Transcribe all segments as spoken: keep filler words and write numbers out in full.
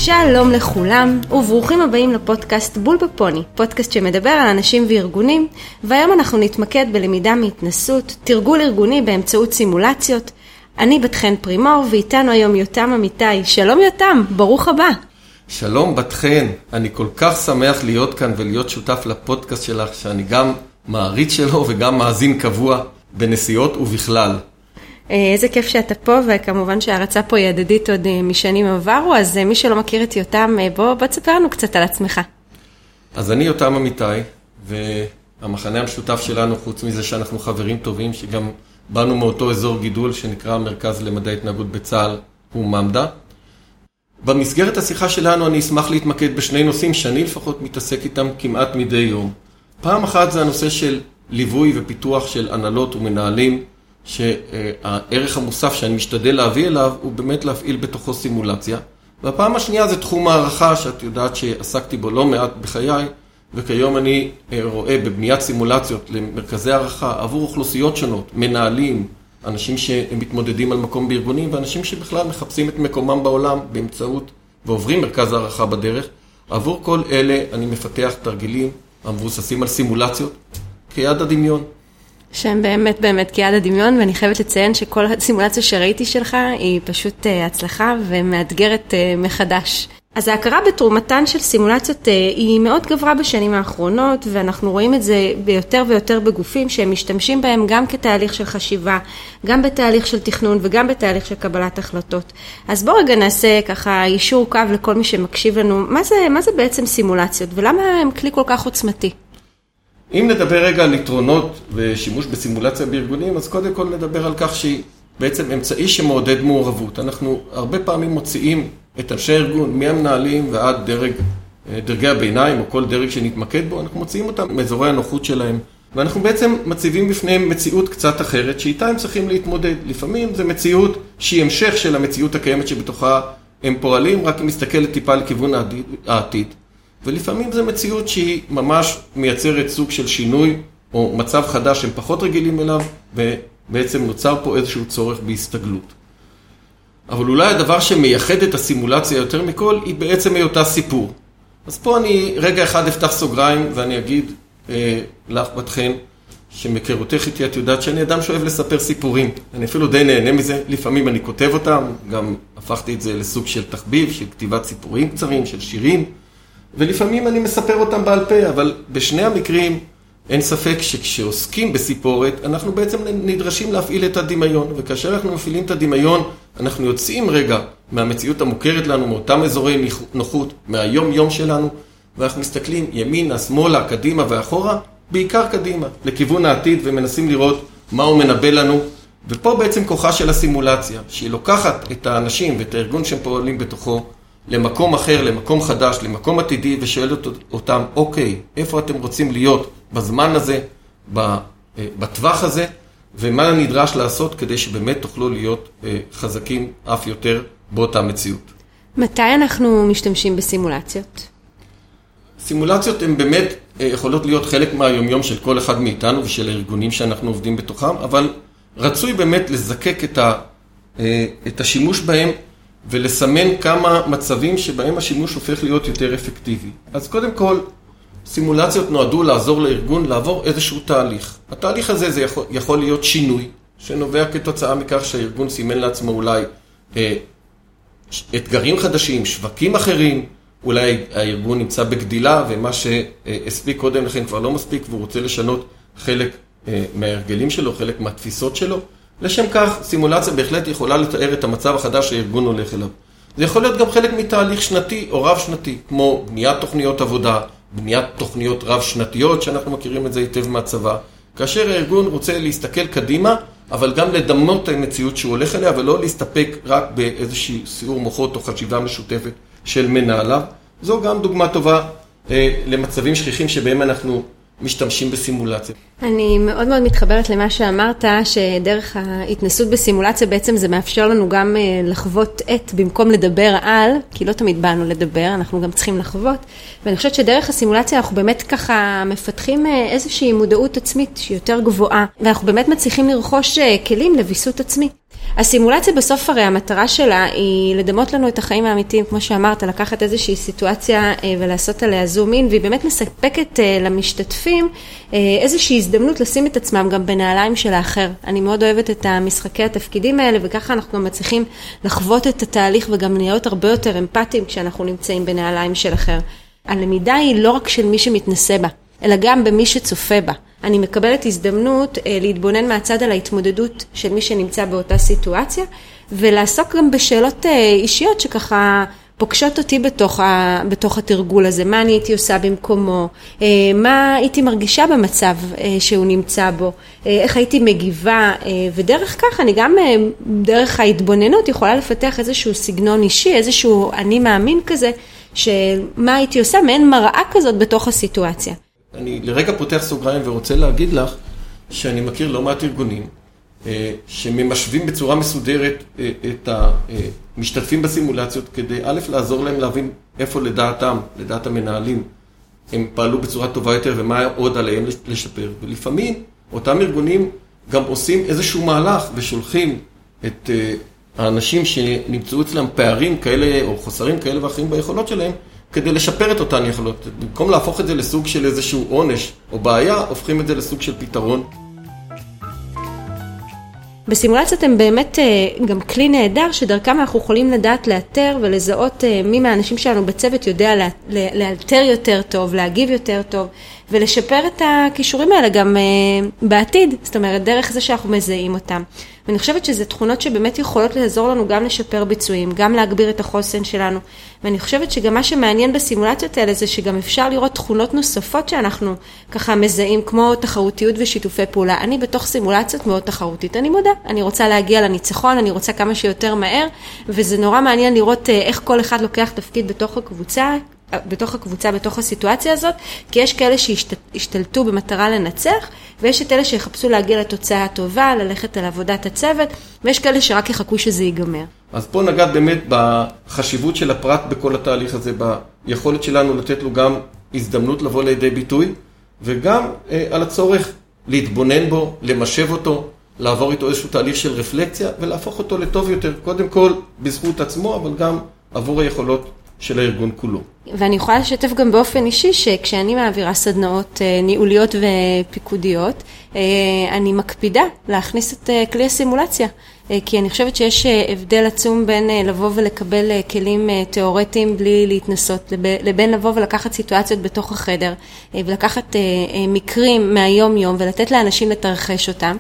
שלום לכולם, וברוכים הבאים לפודקאסט בול בפוני, פודקאסט שמדבר על אנשים וארגונים, והיום אנחנו נתמקד בלמידה מהתנסות, תרגול ארגוני באמצעות סימולציות. אני בת חן פרימור, ואיתנו היום יותם אמיתי. שלום יותם, ברוך הבא. שלום בת חן, אני כל כך שמח להיות כאן ולהיות שותף לפודקאסט שלך, שאני גם מעריץ שלו וגם מאזין קבוע בנסיעות ובכלל. איזה כיף שאתה פה, וכמובן שההרצאה פה היא הדדית עוד משנים עברו, אז מי שלא מכיר את יותם, בוא, בוא תספר לנו קצת על עצמך. אז אני יותם אמיתי, והמחנה המשותף שלנו, חוץ מזה שאנחנו חברים טובים, שגם באנו מאותו אזור גידול שנקרא מרכז למדעי התנהגות בצה"ל, הוא ממדה. במסגרת השיחה שלנו אני אשמח להתמקד בשני נושאים שאני לפחות מתעסק איתם כמעט מדי יום. פעם אחת זה הנושא של ליווי ופיתוח של הנהלות ומנהלים, שהערך המוסף שאני משתדל להביא אליו הוא באמת להפעיל בתוכו סימולציה. והפעם השנייה זה תחום הערכה, שאת יודעת שעסקתי בו לא מעט בחיי, וכיום אני רואה בבניית סימולציות למרכזי הערכה עבור אוכלוסיות שונות, מנהלים, אנשים שמתמודדים על מקום בארגונים, ואנשים שבכלל מחפשים את מקומם בעולם באמצעות ועוברים מרכז הערכה בדרך. עבור כל אלה אני מפתח תרגילים המבוססים על סימולציות כיד הדמיון. שהם באמת באמת כיד הדמיון, ואני חייבת לציין שכל הסימולציה שראיתי שלך היא פשוט הצלחה ומאתגרת מחדש. אז ההכרה בתרומתן של סימולציות היא מאוד גברה בשנים האחרונות, ואנחנו רואים את זה ביותר ויותר בגופים שהם משתמשים בהם גם כתהליך של חשיבה, גם בתהליך של תכנון וגם בתהליך של קבלת החלטות. אז בואו רגע נעשה ככה יישור קו לכל מי שמקשיב לנו, מה זה, מה זה בעצם סימולציות ולמה הם כלי כל כך עוצמתי? אם נדבר רגע על יתרונות ושימוש בסימולציה בארגונים, אז קודם כל נדבר על כך שהיא בעצם אמצעי שמעודד מעורבות. אנחנו הרבה פעמים מוציאים את אנשי הארגון, מהמנהלים ועד דרג, דרגי הביניים או כל דרג שנתמקד בו, אנחנו מוציאים אותם מאזורי הנוחות שלהם, ואנחנו בעצם מציבים בפניהם מציאות קצת אחרת, שאיתה הם צריכים להתמודד. לפעמים זה מציאות שהיא המשך של המציאות הקיימת שבתוכה הם פועלים, רק אם מסתכלת טיפה לכיוון העתיד. ולפעמים זו מציאות שהיא ממש מייצרת סוג של שינוי או מצב חדש שהם פחות רגילים אליו, ובעצם נוצר פה איזשהו צורך בהסתגלות. אבל אולי הדבר שמייחד את הסימולציה יותר מכל היא בעצם היותה סיפור. אז פה אני רגע אחד אפתח סוגריים ואני אגיד אה, לך בת חן, שמכירותך איתי את יודעת שאני אדם שאוהב לספר סיפורים. אני אפילו די נהנה מזה, לפעמים אני כותב אותם, גם הפכתי את זה לסוג של תחביב, של כתיבת סיפורים קצרים, של שירים, ולפעמים אני מספר אותם בעל פה, אבל בשני המקרים אין ספק שכשעוסקים בסיפורת, אנחנו בעצם נדרשים להפעיל את הדמיון, וכאשר אנחנו מפעילים את הדמיון, אנחנו יוצאים רגע מהמציאות המוכרת לנו, מאותם אזורי נוחות, מהיום יום שלנו, ואנחנו מסתכלים ימינה, שמאלה, קדימה ואחורה, בעיקר קדימה, לכיוון העתיד, ומנסים לראות מה הוא מנבא לנו, ופה בעצם כוחה של הסימולציה, שהיא לוקחת את האנשים ואת הארגון שהם פועלים בתוכו, למקום אחר, למקום חדש, למקום עתידי, ושואלת אותם, אוקיי, איפה אתם רוצים להיות בזמן הזה, בטווח הזה, ומה נדרש לעשות כדי שבאמת תוכלו להיות חזקים אף יותר באותה מציאות. מתי אנחנו משתמשים בסימולציות? סימולציות הן באמת יכולות להיות חלק מהיומיום של כל אחד מאיתנו ושל הארגונים שאנחנו עובדים בתוכם, אבל רצוי באמת לזקק את, ה, את השימוש בהם, ולסמן כמה מצבים שבהם השימוש הופך להיות יותר אפקטיבי. אז קודם כל, סימולציות נועדו לעזור לארגון לעבור איזשהו תהליך. התהליך הזה זה יכול, יכול להיות שינוי, שנובע כתוצאה מכך שהארגון סימן לעצמו אולי אה, אתגרים חדשים, שווקים אחרים, אולי הארגון נמצא בגדילה, ומה שהספיק קודם לכן כבר לא מספיק, והוא רוצה לשנות חלק אה, מההרגלים שלו, חלק מהתפיסות שלו. לשם כך, סימולציה בהחלט יכולה לתאר את המצב החדש שהארגון הולך אליו. זה יכול להיות גם חלק מתהליך שנתי או רב שנתי, כמו בניית תוכניות עבודה, בניית תוכניות רב שנתיות, שאנחנו מכירים את זה היטב מהצבא, כאשר הארגון רוצה להסתכל קדימה, אבל גם לדמות את המציאות שהוא הולך אליה, ולא להסתפק רק באיזושהי סיור מוחות או חשיבה משותפת של מנהליו. זו גם דוגמה טובה אה, למצבים שכיחים שבהם אנחנו משתמשים בסימולציה. אני מאוד מאוד מתחברת למה שאמרת, שדרך ההתנסות בסימולציה בעצם זה מאפשר לנו גם לחוות את במקום לדבר על, כי לא תמיד באנו לדבר, אנחנו גם צריכים לחוות, ואני חושבת שדרך הסימולציה אנחנו באמת ככה מפתחים איזושהי מודעות עצמית שהיא יותר גבוהה, ואנחנו באמת מצליחים לרכוש כלים לביסות עצמי. הסימולציה בסוף הרי המטרה שלה היא לדמות לנו את החיים האמיתיים, כמו שאמרת, לקחת איזושהי סיטואציה ולעשות עליה זום אין, והיא באמת מספקת למשתתפים איזושהי הזדמנות לשים את עצמם גם בנעליים של האחר. אני מאוד אוהבת את המשחקי התפקידים האלה, וככה אנחנו גם מצליחים לחוות את התהליך וגם להיות הרבה יותר אמפתיים כשאנחנו נמצאים בנעליים של אחר. הלמידה היא לא רק של מי שמתנסה בה, אלא גם במי שצופה בה. אני מקבלת הזדמנות אה, להתבונן מהצד על ההתמודדות של מי שנמצא באותה סיטואציה, ולעסוק גם בשאלות אה, אישיות שככה פוגשות אותי בתוך, ה, בתוך התרגול הזה. מה אני הייתי עושה במקומו, אה, מה הייתי מרגישה במצב אה, שהוא נמצא בו, אה, איך הייתי מגיבה, אה, ודרך כך אני גם אה, דרך ההתבוננות יכולה לפתח איזשהו סגנון אישי, איזשהו אני מאמין כזה, שמה הייתי עושה, מעין מראה כזאת בתוך הסיטואציה. אני לרגע פותח סוגריים ורוצה להגיד לך שאני מכיר לא מעט ארגונים שממשווים בצורה מסודרת את המשתתפים בסימולציות כדי א' לעזור להם להבין איפה לדעתם, לדעת המנהלים, הם פעלו בצורה טובה יותר ומה עוד עליהם לשפר. ולפעמים אותם ארגונים גם עושים איזשהו מהלך ושולחים את האנשים שנמצאו אצלם פערים כאלה או חוסרים כאלה ואחרים ביכולות שלהם, כדי לשפר את אותן יכולות. במקום להפוך את זה לסוג של איזשהו עונש או בעיה, הופכים את זה לסוג של פתרון. בסימולציות הם באמת גם כלי נהדר, שדרכם אנחנו יכולים לדעת לאתר ולזהות מי מהאנשים שלנו בצוות יודע לאתר יותר טוב, להגיב יותר טוב, ולשפר את הכישורים האלה גם בעתיד, זאת אומרת, דרך זה שאנחנו מזהים אותם. ואני חושבת שזה תכונות שבאמת יכולות לעזור לנו גם לשפר ביצועים, גם להגביר את החוסן שלנו. ואני חושבת שגם מה שמעניין בסימולציות האלה זה שגם אפשר לראות תכונות נוספות שאנחנו ככה מזהים, כמו תחרותיות ושיתופי פעולה. אני בתוך סימולציות מאוד תחרותית, אני מודה. אני רוצה להגיע לניצחון, אני רוצה כמה שיותר מהר, וזה נורא מעניין לראות איך כל אחד לוקח תפקיד בתוך הקבוצה, בתוך הקבוצה, בתוך הסיטואציה הזאת, כי יש כאלה שהשתלטו במטרה לנצח, ויש את אלה שיחפשו להגיע לתוצאה הטובה, ללכת על עבודת הצוות, ויש כאלה שרק יחכו שזה ייגמר. אז פה נגעת באמת בחשיבות של הפרט בכל התהליך הזה, ביכולת שלנו לתת לו גם הזדמנות לבוא לידי ביטוי, וגם אה, על הצורך להתבונן בו, למשב אותו, לעבור איתו איזשהו תהליך של רפלקציה, ולהפוך אותו לטוב יותר, קודם כל בזכות עצמו, אבל גם עבור היכולות של הארגון כולו. ואני יכולה לשתף גם באופן אישי שכשאני מעבירה סדנאות ניהוליות ופיקודיות, אני מקפידה להכניס את כלי הסימולציה, כי אני חושבת שיש הבדל עצום בין לבוא ולקבל כלים תיאורטיים בלי להתנסות, לבין לבוא ולקחת סיטואציות בתוך החדר, ולקחת מקרים מהיום יום ולתת לאנשים לתרחש אותם,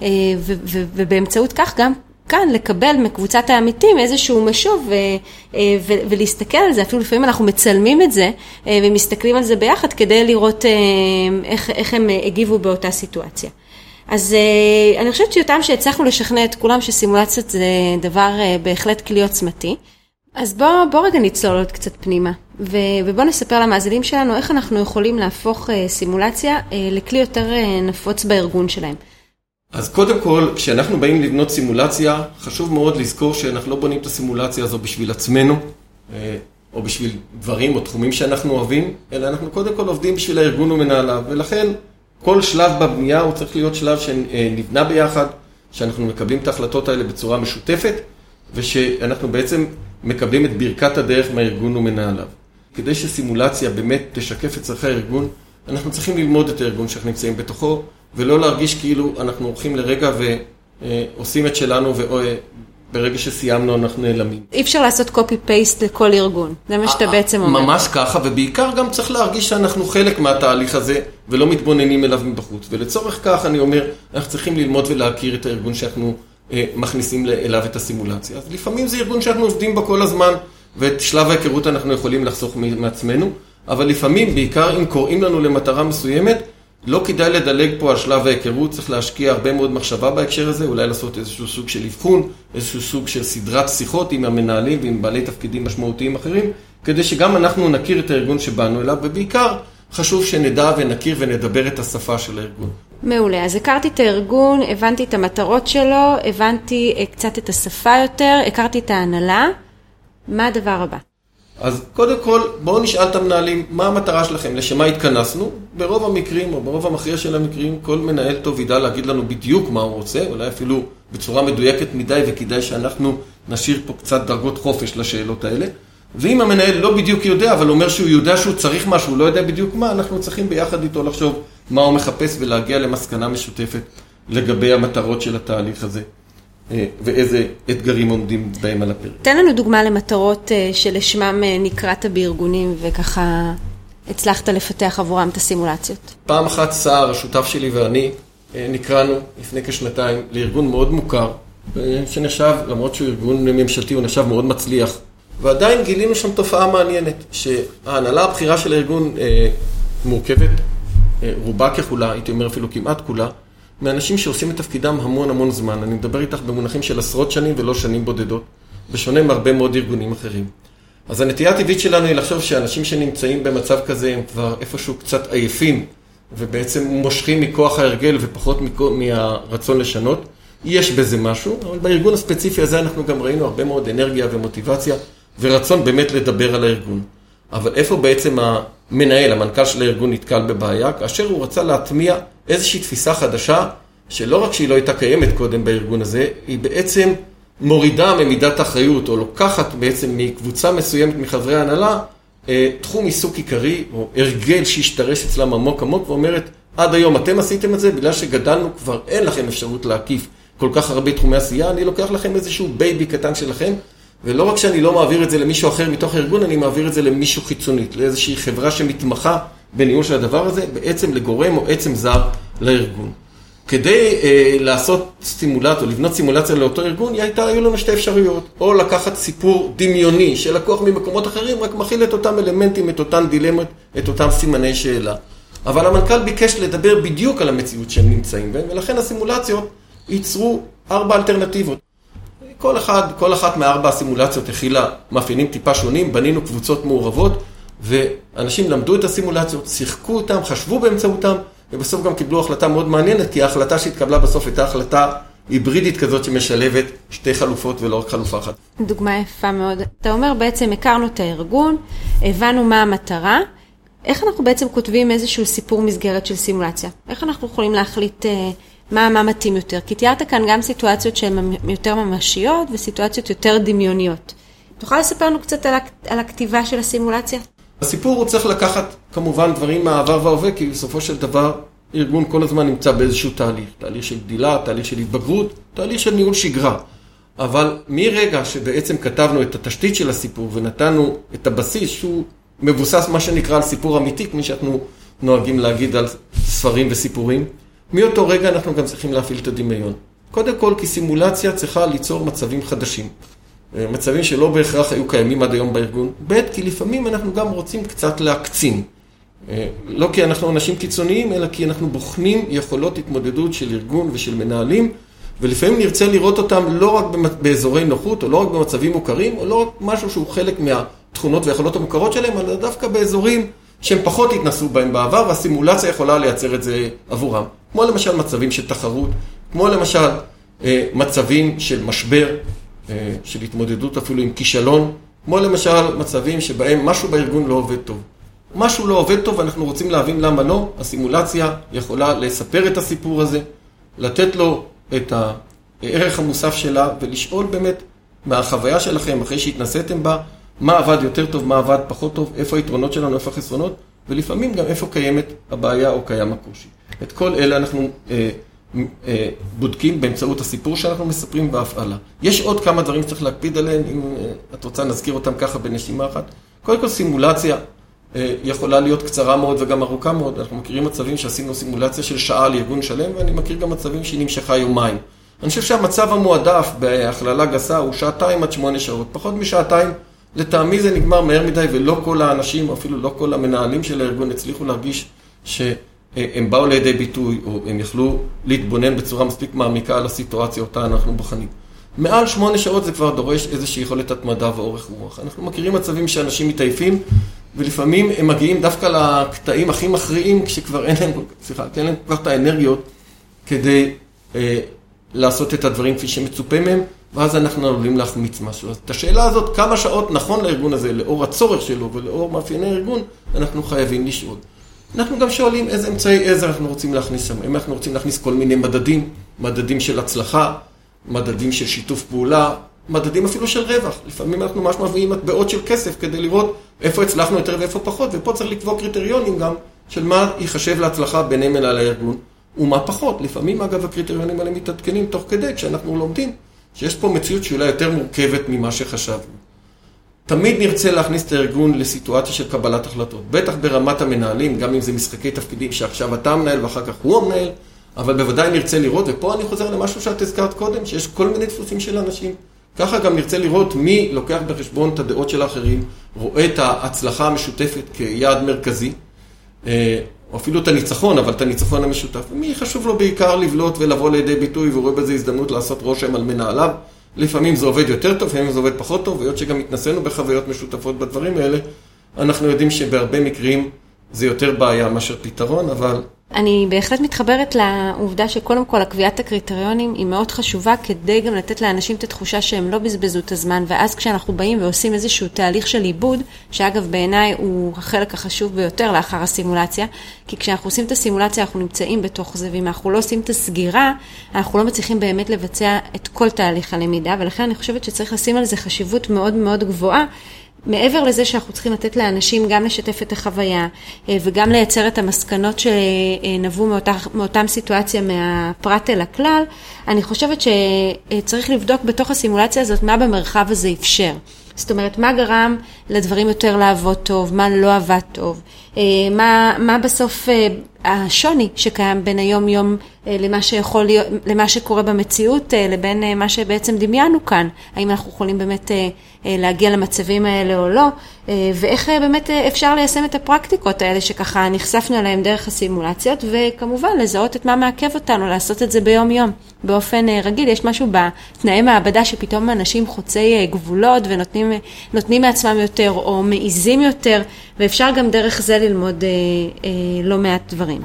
ובאמצעות כך גם כאן לקבל מקבוצת העמיתים איזשהו משוב ו- ו- ולהסתכל על זה, אפילו לפעמים אנחנו מצלמים את זה ומסתכלים על זה ביחד כדי לראות איך, איך הם הגיבו באותה סיטואציה. אז אני חושבת שיותם שהצלחנו לשכנע את כולם שסימולציות זה דבר בהחלט כלי עוצמתי. אז בוא, בוא רגע נצלול עוד קצת פנימה, ו- ובוא נספר למאזינים שלנו איך אנחנו יכולים להפוך סימולציה לכלי יותר נפוץ בארגון שלהם. אז קודם כל, כשאנחנו באים לבנות סימולציה, חשוב מאוד לזכור שאנחנו לא בונים את הסימולציה הזו בשביל עצמנו, או בשביל דברים או תחומים שאנחנו אוהבים, אלא אנחנו קודם כל עובדים בשביל הארגון ומנהליו, ולכן כל שלב בבנייה הוא צריך להיות שלב שנבנה ביחד, שאנחנו מקבלים את ההחלטות האלה בצורה משותפת, ושאנחנו בעצם מקבלים את ברכת הדרך מהארגון ומנהליו. כדי שסימולציה באמת תשקף את צרכי הארגון, אנחנו צריכים ללמוד את הארגון שאנחנו נמצאים בתוכו, ולא להרגיש כאילו אנחנו הולכים לרגע ועושים את שלנו, וברגע שסיימנו אנחנו נעלמים. אי אפשר לעשות קופי-פייסט לכל ארגון, זה מה שאתה בעצם אומר. ממש ככה, ובעיקר גם צריך להרגיש שאנחנו חלק מהתהליך הזה, ולא מתבוננים אליו מבחוץ. ולצורך כך אני אומר, אנחנו צריכים ללמוד ולהכיר את הארגון שאנחנו מכניסים אליו את הסימולציה. אז לפעמים זה ארגון שאנחנו עובדים בו כל הזמן, ואת שלב ההיכרות אנחנו יכולים לחסוך מעצמנו, אבל לפעמים, בעיקר אם קוראים לנו למטרה מסוימת, לא כדאי לדלג פה על שלב ההיכרות, צריך להשקיע הרבה מאוד מחשבה בהקשר הזה, אולי לעשות איזשהו סוג של אבחון, איזשהו סוג של סדרת שיחות עם המנהלים ועם בעלי תפקידים משמעותיים אחרים, כדי שגם אנחנו נכיר את הארגון שבאנו אליו, ובעיקר חשוב שנדע ונכיר ונדבר את השפה של הארגון. מעולה, אז הכרתי את הארגון, הבנתי את המטרות שלו, הבנתי קצת את השפה יותר, הכרתי את ההנהלה. מה הדבר הבא? אז קודם כל, בואו נשאל את המנהלים, מה המטרה שלכם? לשמה התכנסנו? ברוב המקרים, או ברוב המכריע של המקרים, כל מנהל טוב ידע להגיד לנו בדיוק מה הוא רוצה, אולי אפילו בצורה מדויקת מדי, וכדאי שאנחנו נשאיר פה קצת דרגות חופש לשאלות האלה. ואם המנהל לא בדיוק יודע, אבל אומר שהוא יודע שהוא צריך משהו, לא יודע בדיוק מה, אנחנו צריכים ביחד איתו לחשוב מה הוא מחפש ולהגיע למסקנה משותפת לגבי המטרות של התהליך הזה. ואיזה אתגרים עומדים בהם על הפרק. תן לנו דוגמה למטרות שלשמם נקראת בארגונים וככה הצלחת לפתח עבורם את הסימולציות. פעם אחת סער, השותף שלי ואני, נקראנו לפני כשנתיים לארגון מאוד מוכר, שנחשב, למרות שהוא ארגון ממשלתי, הוא נחשב מאוד מצליח. ועדיין גילינו שם תופעה מעניינת, שההנהלה הבחירה של הארגון מורכבת, רובה ככולה, הייתי אומר אפילו כמעט כולה, מאנשים שעושים את תפקידם המון המון זמן. אני מדבר איתך במונחים של עשרות שנים ולא שנים בודדות, בשונה מהרבה מאוד ארגונים אחרים. אז הנטייה הטבעית שלנו היא לחשוב שאנשים שנמצאים במצב כזה הם כבר איפשהו קצת עייפים, ובעצם מושכים מכוח ההרגל ופחות מהרצון לשנות. יש בזה משהו, אבל בארגון הספציפי הזה אנחנו גם ראינו הרבה מאוד אנרגיה ומוטיבציה, ורצון באמת לדבר על הארגון. אבל איפה בעצם המנהל, המנכ"ל של הארגון נתקל בבעיה, כאשר הוא רצה להטמיע איזושהי תפיסה חדשה, שלא רק שהיא לא הייתה קיימת קודם בארגון הזה, היא בעצם מורידה ממידת אחריות, או לוקחת בעצם מקבוצה מסוימת מחברי ההנהלה, תחום עיסוק עיקרי, או הרגל שהשתרש אצלם עמוק עמוק, ואומרת, עד היום אתם עשיתם את זה, בגלל שגדלנו כבר אין לכם אפשרות להקיף כל כך הרבה תחומי עשייה, אני לוקח לכם איזשהו בייבי קטן שלכם, ולא רק שאני לא מעביר את זה למישהו אחר מתוך הארגון, אני מעביר את זה למישהו חיצונית, לאיזושהי חברה שמתמחה בניהול של הדבר הזה, בעצם לגורם או עצם זר לארגון. כדי אה, לעשות סימולציה, או לבנות סימולציה לאותו ארגון, הייתה, היו לנו שתי אפשרויות. או לקחת סיפור דמיוני של לקוח ממקומות אחרים, רק מכיל את אותם אלמנטים, את אותן דילמות, את אותם סימני שאלה. אבל המנכ"ל ביקש לדבר בדיוק על המציאות שהם נמצאים בהם, ולכן הסימולציות ייצרו ארבע אלטרנטיבות. כל אחד, כל אחת מארבע הסימולציות הכילה מאפיינים טיפה שונים, בנינו קבוצות מעורבות, ואנשים למדו את הסימולציות, שיחקו אותם, חשבו באמצעותם, ובסוף גם קיבלו החלטה מאוד מעניינת, כי ההחלטה שהתקבלה בסוף הייתה החלטה היברידית כזאת שמשלבת שתי חלופות ולא רק חלופה אחת. דוגמה יפה מאוד. אתה אומר בעצם הכרנו את הארגון, הבנו מה המטרה, איך אנחנו בעצם כותבים איזשהו סיפור מסגרת של סימולציה? איך אנחנו יכולים להחליט מה, מה מתאים יותר? כי תיארת כאן גם סיטואציות שהן יותר ממשיות וסיטואציות יותר דמיוניות. תוכל לספר לנו קצת על, על הכתיבה של הסימולציה? הסיפור הוא צריך לקחת כמובן דברים מהעבר וההווה, כי בסופו של דבר ארגון כל הזמן נמצא באיזשהו תהליך, תהליך של גדילה, תהליך של התבגרות, תהליך של ניהול שגרה. אבל מרגע שבעצם כתבנו את התשתית של הסיפור ונתנו את הבסיס שהוא מבוסס מה שנקרא על סיפור אמיתי, כמו שאנחנו נוהגים להגיד על ספרים וסיפורים, מאותו רגע אנחנו גם צריכים להפעיל את הדמיון. קודם כל כי סימולציה צריכה ליצור מצבים חדשים. מצבים שלא בהכרח היו קיימים עד היום בארגון. ב' כי לפעמים אנחנו גם רוצים קצת להקצין. לא כי אנחנו אנשים קיצוניים, אלא כי אנחנו בוחנים יכולות התמודדות של ארגון ושל מנהלים, ולפעמים נרצה לראות אותם לא רק באזורי נוחות, או לא רק במצבים מוכרים, או לא רק משהו שהוא חלק מהתכונות והיכולות המוכרות שלהם, אלא דווקא באזורים שהם פחות התנסו בהם בעבר, והסימולציה יכולה לייצר את זה עבורם. כמו למשל מצבים של תחרות, כמו למשל מצבים של משבר, של התמודדות אפילו עם כישלון, כמו למשל מצבים שבהם משהו בארגון לא עובד טוב. משהו לא עובד טוב ואנחנו רוצים להבין למה לא, הסימולציה יכולה לספר את הסיפור הזה, לתת לו את הערך המוסף שלה ולשאול באמת מהחוויה שלכם אחרי שהתנסיתם בה, מה עבד יותר טוב, מה עבד פחות טוב, איפה היתרונות שלנו, איפה החסרונות, ולפעמים גם איפה קיימת הבעיה או קיים הקושי. את כל אלה אנחנו אה, אה, בודקים באמצעות הסיפור שאנחנו מספרים בהפעלה. יש עוד כמה דברים שצריך להקפיד עליהם, אם אה, את רוצה נזכיר אותם ככה בנשימה אחת. קודם כל סימולציה אה, יכולה להיות קצרה מאוד וגם ארוכה מאוד. אנחנו מכירים מצבים שעשינו סימולציה של שעה לארגון שלם, ואני מכיר גם מצבים שהיא נמשכה יומיים. אני חושב שהמצב המועדף בהכללה גסה הוא שעתיים עד שמונה שעות. פחות משעתיים, לטעמי זה נגמר מהר מדי, ולא כל האנשים, או אפילו לא כל המנהלים של הארגון הצליחו להרגיש שהם באו לידי ביטוי, או הם יכלו להתבונן בצורה מספיק מעמיקה על הסיטואציה אותה אנחנו בוחנים. מעל שמונה שעות זה כבר דורש איזושהי יכולת התמדה ואורך רוח. אנחנו מכירים מצבים שאנשים מתעייפים, ולפעמים הם מגיעים דווקא לקטעים הכי מכריעים, כשכבר אין להם, סליחה, אין להם כבר את האנרגיות, כדי אה, לעשות את הדברים כפי שמצופה מהם, ואז אנחנו עלולים להחמיץ משהו. אז את השאלה הזאת, כמה שעות נכון לארגון הזה, לאור הצורך שלו ולאור מאפייני הארגון, אנחנו חייבים לשאול. אנחנו גם שואלים איזה אמצעי עזר אנחנו רוצים להכניס שם. אם אנחנו רוצים להכניס כל מיני מדדים, מדדים של הצלחה, מדדים של שיתוף פעולה, מדדים אפילו של רווח. לפעמים אנחנו ממש מביאים מטבעות של כסף כדי לראות איפה הצלחנו יותר ואיפה פחות, ופה צריך לקבוע קריטריונים גם של מה ייחשב להצלחה ביני מנהל הארגון ומה פחות. לפעמים אגב הקריטריונים האלה מתעדכנים תוך כדי כשאנחנו לומדים שיש פה מציאות שאולי יותר מורכבת ממה שחשבנו. תמיד נרצה להכניס את הארגון לסיטואציה של קבלת החלטות, בטח ברמת המנהלים, גם אם זה משחקי תפקידים שעכשיו אתה מנהל ואחר כך הוא המנהל, אבל בוודאי נרצה לראות, ופה אני חוזר למשהו שאת הזכרת קודם, שיש כל מיני דפוסים של אנשים. ככה גם נרצה לראות מי לוקח בחשבון את הדעות של האחרים, רואה את ההצלחה המשותפת כיעד מרכזי, או אפילו את הניצחון, אבל את הניצחון המשותף. ומי חשוב לו בעיקר לבלוט ולבוא לידי ביטוי, ורואה בזה הזדמנות לעשות רושם על מנהליו. לפעמים זה עובד יותר טוב, לפעמים זה עובד פחות טוב, והיות שגם התנסינו בחוויות משותפות בדברים האלה, אנחנו יודעים שבהרבה מקרים זה יותר בעיה מאשר פתרון, אבל... אני בהחלט מתחברת לעובדה שקודם כל הקביעת הקריטריונים היא מאוד חשובה כדי גם לתת לאנשים את התחושה שהם לא בזבזו את הזמן, ואז כשאנחנו באים ועושים איזשהו תהליך של עיבוד, שאגב בעיניי הוא החלק החשוב ביותר לאחר הסימולציה, כי כשאנחנו עושים את הסימולציה אנחנו נמצאים בתוך זה, ואם אנחנו לא עושים את הסגירה, אנחנו לא מצליחים באמת לבצע את כל תהליך הלמידה, ולכן אני חושבת שצריך לשים על זה חשיבות מאוד מאוד גבוהה, מעבר לזה שאנחנו צריכים לתת לאנשים גם לשתף את החוויה וגם לייצר את המסקנות שנבעו מאותה, מאותם סיטואציה מהפרט אל הכלל, אני חושבת שצריך לבדוק בתוך הסימולציה הזאת מה במרחב הזה אפשר. זאת אומרת, מה גרם לדברים יותר לעבוד טוב, מה לא עבד טוב, מה, מה בסוף השוני שקיים בין היום-יום למה שיכול להיות, למה שקורה במציאות, לבין מה שבעצם דמיינו כאן. האם אנחנו יכולים באמת להגיע למצבים האלה או לא, ואיך באמת אפשר ליישם את הפרקטיקות האלה שככה נחשפנו עליהם דרך הסימולציות, וכמובן לזהות את מה מעכב אותנו, לעשות את זה ביום-יום. באופן רגיל יש משהו בתנאי מעבדה שפתאום אנשים חוצי גבולות ונותנים נותנים מעצמם יותר או מעיזים יותר, ואפשר גם דרך זה ללמוד לא מעט דברים.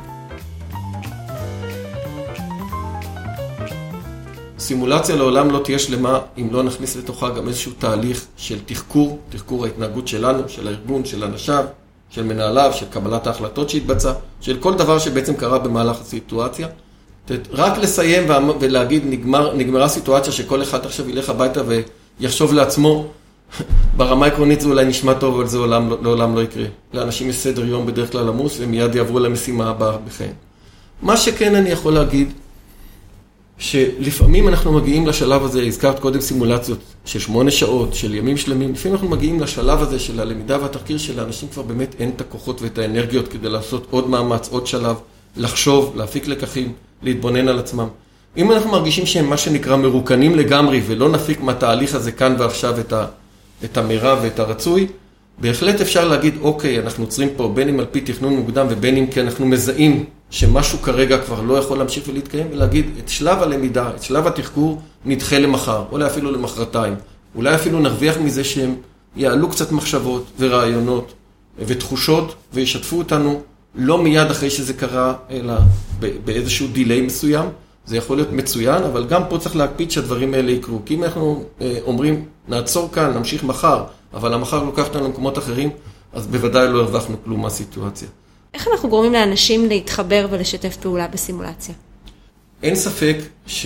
סימולציה לעולם לא תהיה שלמה אם לא נכניס לתוכה גם איזשהו תהליך של תחקור, תחקור ההתנהגות שלנו, של הארגון, של אנשיו, של מנהליו, של קבלת ההחלטות שהתבצע, של כל דבר שבעצם קרה במהלך הסיטואציה. רק לסיים ולהגיד נגמר, נגמרה סיטואציה שכל אחד עכשיו ילך הביתה ויחשוב לעצמו, ברמה עקרונית זה אולי נשמע טוב, אבל זה לעולם, לעולם לא יקרה. לאנשים יש סדר יום בדרך כלל עמוס ומיד יעברו למשימה הבאה בחיים. מה שכן אני יכול להגיד, שלפעמים אנחנו מגיעים לשלב הזה, הזכרת קודם סימולציות של שמונה שעות, של ימים שלמים, לפעמים אנחנו מגיעים לשלב הזה של הלמידה והתחקיר של האנשים כבר באמת אין את הכוחות ואת האנרגיות כדי לעשות עוד מאמץ, עוד שלב, לחשוב, להפיק לקחים, להתבונן על עצמם. אם אנחנו מרגישים שהם מה שנקרא מרוקנים לגמרי ולא נפיק מהתהליך הזה כאן ועכשיו את, ה, את המרב ואת הרצוי, בהחלט אפשר להגיד, אוקיי, אנחנו עוצרים פה בין אם על פי תכנון מוקדם ובין אם כי אנחנו מזהים שמשהו כרגע כבר לא יכול להמשיך ולהתקיים, ולהגיד את שלב הלמידה, את שלב התחקור נדחה למחר, אולי אפילו למחרתיים. אולי אפילו נרוויח מזה שהם יעלו קצת מחשבות ורעיונות ותחושות וישתפו אותנו לא מיד אחרי שזה קרה, אלא באיזשהו דיליי מסוים. זה יכול להיות מצוין, אבל גם פה צריך להקפיד שהדברים האלה יקרו. כי אם אנחנו אומרים, נעצור כאן, נמשיך מחר, אבל המחר לוקח אותנו למקומות אחרים, אז בוודאי לא הרווחנו כלום מהסיטואציה. איך אנחנו גורמים לאנשים להתחבר ולשתף פעולה בסימולציה? אין ספק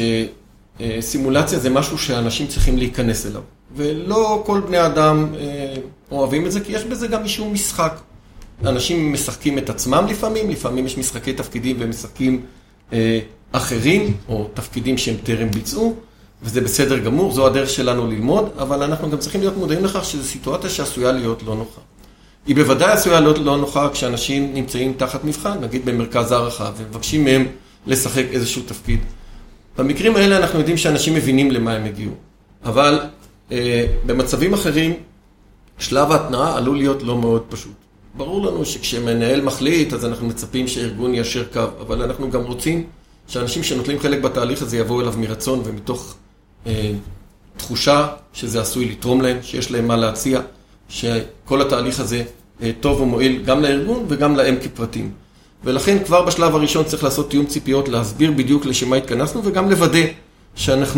שסימולציה זה משהו שאנשים צריכים להיכנס אליו. ולא כל בני אדם אוהבים את זה, כי יש בזה גם משום משחק. אנשים משחקים את עצמם לפעמים, לפעמים יש משחקי תפקידים ומשחקים אחרים, או תפקידים שהם טרם ביצעו, וזה בסדר גמור, זו הדרך שלנו ללמוד, אבל אנחנו גם צריכים להיות מודעים לכך שזו סיטואציה שעשויה להיות לא נוחה. היא בוודאי עשויה להיות לא נוחה כשאנשים נמצאים תחת מבחן, נגיד במרכז הערכה, ומבקשים מהם לשחק איזשהו תפקיד. במקרים האלה אנחנו יודעים שאנשים מבינים למה הם הגיעו, אבל אה, במצבים אחרים, שלב ההתנעה עלול להיות לא מאוד פשוט. ברור לנו שכשמנהל מחליט, אז אנחנו מצפים שהארגון יישר קו, אבל אנחנו גם רוצים שאנשים שנוטלים חלק בתהליך הזה יבואו אליו מרצון ומתוך אה, תחושה שזה עשוי לתרום להם, שיש להם מה להציע, שכל התהליך הזה אה, טוב ומועיל גם לארגון וגם להם כפרטים. ולכן כבר בשלב הראשון צריך לעשות תיאום ציפיות, להסביר בדיוק לשמה התכנסנו וגם לוודא שאנחנו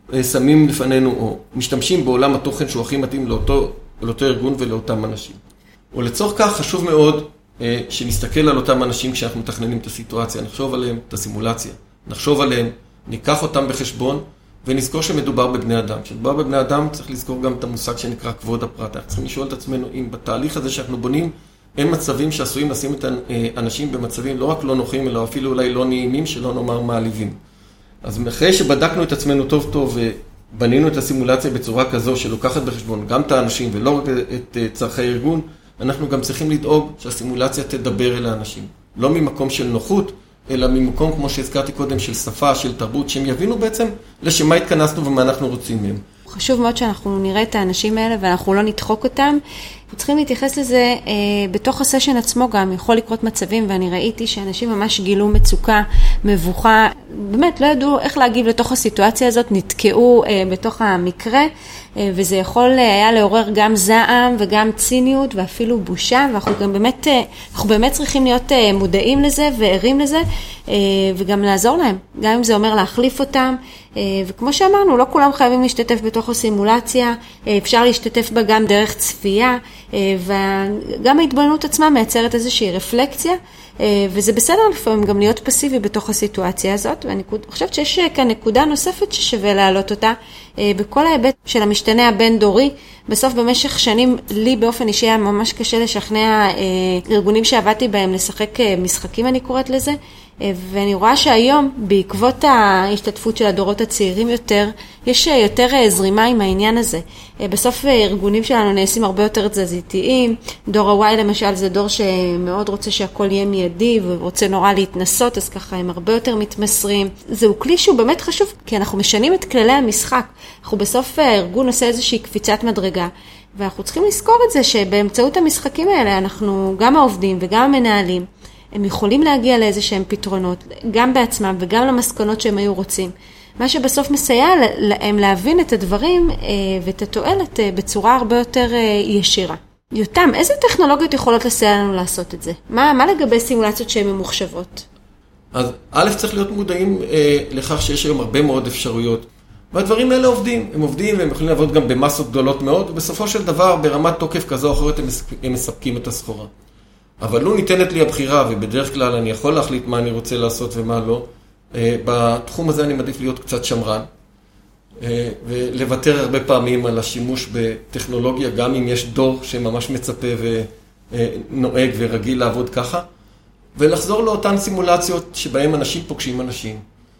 שמים לפנינו או משתמשים בעולם התוכן שהוא הכי מתאים לאותו, לאותו ארגון ולאותם אנשים. ולצורך כך חשוב מאוד שנסתכל על אותם אנשים כשאנחנו מתכננים את הסיטואציה, נחשוב עליהם, את הסימולציה, נחשוב עליהם, ניקח אותם בחשבון ונזכור שמדובר בבני אדם. כשמדובר בבני אדם צריך לזכור גם את המושג שנקרא כבוד הפרט. אנחנו צריכים לשאול את עצמנו אם בתהליך הזה שאנחנו בונים אין מצבים שעשויים לשים את האנשים במצבים לא רק לא נוחים אלא אפילו אולי לא נעימים שלא נאמר מעליבים. אז אחרי שבדקנו את עצמנו טוב טוב ובנינו את הסימולציה בצורה כזו שלוקחת בחשבון גם את האנשים ולא רק את צרכי הארגון, אנחנו גם צריכים לדאוג שהסימולציה תדבר אל האנשים. לא ממקום של נוחות, אלא ממקום, כמו שהזכרתי קודם, של שפה, של תרבות, שהם יבינו בעצם לשמה התכנסנו ומה אנחנו רוצים מהם. חשוב מאוד שאנחנו נראה את האנשים האלה ואנחנו לא נדחוק אותם. אנחנו צריכים להתייחס לזה אה, בתוך הסשן עצמו גם. יכול לקרות מצבים, ואני ראיתי שאנשים ממש גילו מצוקה, מבוכה, באמת לא ידעו איך להגיב לתוך הסיטואציה הזאת, נתקעו אה, בתוך המקרה, אה, וזה יכול היה לעורר גם זעם וגם ציניות ואפילו בושה, ואנחנו גם באמת, אה, אנחנו באמת צריכים להיות אה, מודעים לזה וערים לזה, אה, וגם לעזור להם, גם אם זה אומר להחליף אותם, אה, וכמו שאמרנו, לא כולם חייבים להשתתף בתוך הסימולציה, אה, אפשר להשתתף בה גם דרך צפייה, וגם ההתבוננות עצמה מייצרת איזושהי רפלקציה, וזה בסדר לפעמים גם להיות פסיבי בתוך הסיטואציה הזאת, ואני חושבת שיש כאן נקודה נוספת ששווה להעלות אותה, בכל ההיבט של המשתנה הבין-דורי. בסוף במשך שנים לי באופן אישי היה ממש קשה לשכנע ארגונים שעבדתי בהם לשחק משחקים, אני קוראת לזה, ואני רואה שהיום בעקבות ההשתתפות של הדורות הצעירים יותר, יש יותר זרימה עם העניין הזה. בסוף ארגונים שלנו נעשים הרבה יותר תזזיתיים, דור ה-Y למשל זה דור שמאוד רוצה שהכל יהיה מיידי ורוצה נורא להתנסות, אז ככה הם הרבה יותר מתמסרים. זהו כלי שהוא באמת חשוב, כי אנחנו משנים את כללי המשחק. אנחנו בסוף הארגון עושה איזושהי קפיצת מדרגה, ואנחנו צריכים לזכור את זה שבאמצעות המשחקים האלה אנחנו, גם העובדים וגם המנהלים, הם יכולים להגיע לאיזה שהם פתרונות, גם בעצמם וגם למסקנות שהם היו רוצים. מה שבסוף מסייע להם להבין את הדברים ואת התועלת בצורה הרבה יותר ישירה. יותם, איזה טכנולוגיות יכולות לסייע לנו לעשות את זה? מה, מה לגבי סימולציות שהן ממוחשבות? אז א', צריך להיות מודעים אה, לכך שיש היום הרבה מאוד אפשרויות. והדברים האלה עובדים. הם עובדים והם יכולים לעבוד גם במסות גדולות מאוד, ובסופו של דבר ברמת תוקף כזו או אחרת הם, הם מספקים את הסחורה. אבל לא ניתנת לי הבחירה, ובדרך כלל אני יכול להחליט מה אני רוצה לעשות ומה לא. בתחום הזה אני מעדיף להיות קצת שמרן, ולוותר הרבה פעמים על השימוש בטכנולוגיה, גם אם יש דור שממש מצפה ונוהג ורגיל לעבוד ככה, ולחזור לאותן סימולציות שבהם אנשים פוגשים אנשים,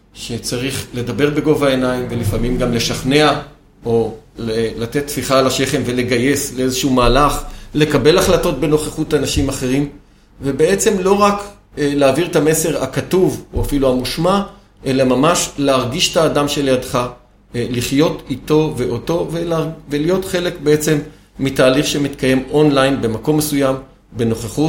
שצריך לדבר בגובה העיניים ולפעמים גם לשכנע, או לתת תפיחה על השכם ולגייס לאיזשהו מהלך, לקבל החלטות בנוכחות אנשים אחרים, ובעצם לא רק להעביר את המסר הכתוב, או אפילו המושמע, אלא ממש להרגיש את האדם שלידך, לחיות איתו ואותו, ולהיות חלק בעצם מתהליך שמתקיים אונליין במקום מסוים, בנוכחות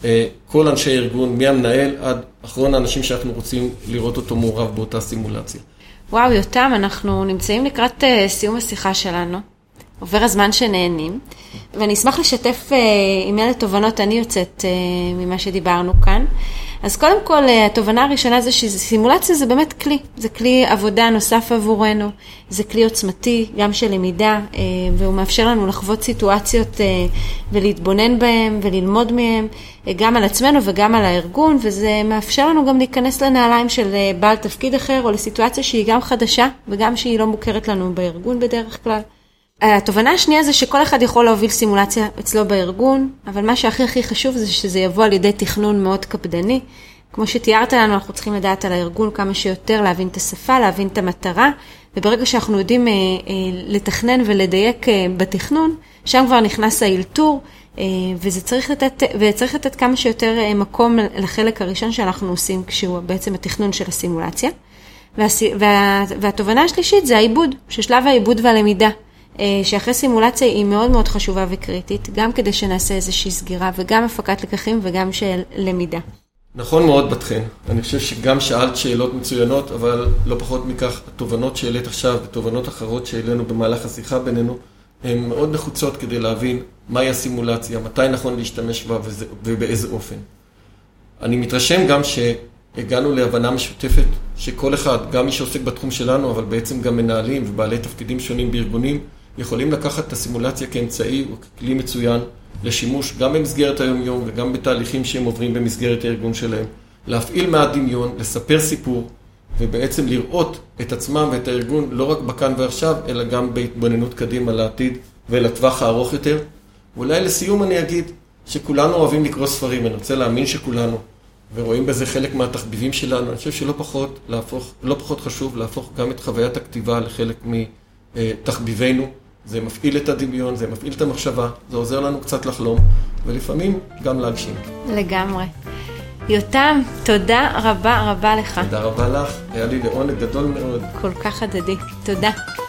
כל אנשי ארגון, מהמנהל עד אחרון האנשים שאנחנו רוצים לראות אותו מעורב באותה סימולציה. וואו, יותם, אנחנו נמצאים לקראת סיום השיחה שלנו. עובר הזמן שנהנים, ואני אשמח לשתף עם אלה תובנות אני יוצאת ממה שדיברנו כאן. אז קודם כל, התובנה הראשונה זה שסימולציה זה באמת כלי. זה כלי עבודה נוסף עבורנו, זה כלי עוצמתי, גם של למידה, והוא מאפשר לנו לחוות סיטואציות ולהתבונן בהם וללמוד מהם, גם על עצמנו וגם על הארגון, וזה מאפשר לנו גם להיכנס לנעליים של בעל תפקיד אחר, או לסיטואציה שהיא גם חדשה, וגם שהיא לא מוכרת לנו בארגון בדרך כלל. התובנה השנייה זה שכל אחד יכול להוביל סימולציה אצלו בארגון, אבל מה שהכי הכי חשוב זה שזה יבוא על ידי תכנון מאוד קפדני. כמו שתיארת לנו, אנחנו צריכים לדעת על הארגון כמה שיותר, להבין את השפה, להבין את המטרה, וברגע שאנחנו יודעים אה, אה, לתכנן ולדייק אה, בתכנון, שם כבר נכנס האלתור, אה, וזה צריך לתת, וצריך לתת כמה שיותר אה, מקום לחלק הראשון שאנחנו עושים, כשהוא בעצם התכנון של הסימולציה. וה, וה, והתובנה השלישית זה העיבוד, ששלב העיבוד והלמידה. שאחרי סימולציה היא מאוד מאוד חשובה וקריטית, גם כדי שנעשה איזושהי סגירה, וגם הפקת לקחים וגם של למידה. נכון מאוד בתכן. אני חושב שגם שאלת שאלות מצוינות, אבל לא פחות מכך, התובנות שהעלית עכשיו ותובנות אחרות שהעלינו במהלך השיחה בינינו, הן מאוד נחוצות כדי להבין מהי הסימולציה, מתי נכון להשתמש בה ובאיזה אופן. אני מתרשם גם הגענו להבנה משותפת שכל אחד, גם מי שעוסק בתחום שלנו, אבל בעצם גם מנהלים ובעלי תפקידים שונים בארגונים, יכולים לקחת את הסימולציה כאמצעי או ככלי מצוין לשימוש גם במסגרת היום-יום וגם בתהליכים שהם עוברים במסגרת הארגון שלהם. להפעיל מעט דמיון, לספר סיפור, ובעצם לראות את עצמם ואת הארגון לא רק בכאן ועכשיו, אלא גם בהתבוננות קדימה לעתיד ולטווח הארוך יותר. ואולי לסיום אני אגיד שכולנו אוהבים לקרוא ספרים, אני רוצה להאמין שכולנו, ורואים בזה חלק מהתחביבים שלנו. אני חושב שלא פחות, להפוך, לא פחות חשוב להפוך גם את חוויית הכתיבה לחלק מתחביבינו. זה מפעיל את הדמיון, זה מפעיל את המחשבה, זה עוזר לנו קצת לחלום, ולפעמים גם להגשים. לגמרי. יותם, תודה רבה רבה לך. תודה רבה לך, היה לי לעונג גדול מאוד. כל כך הדדי. תודה.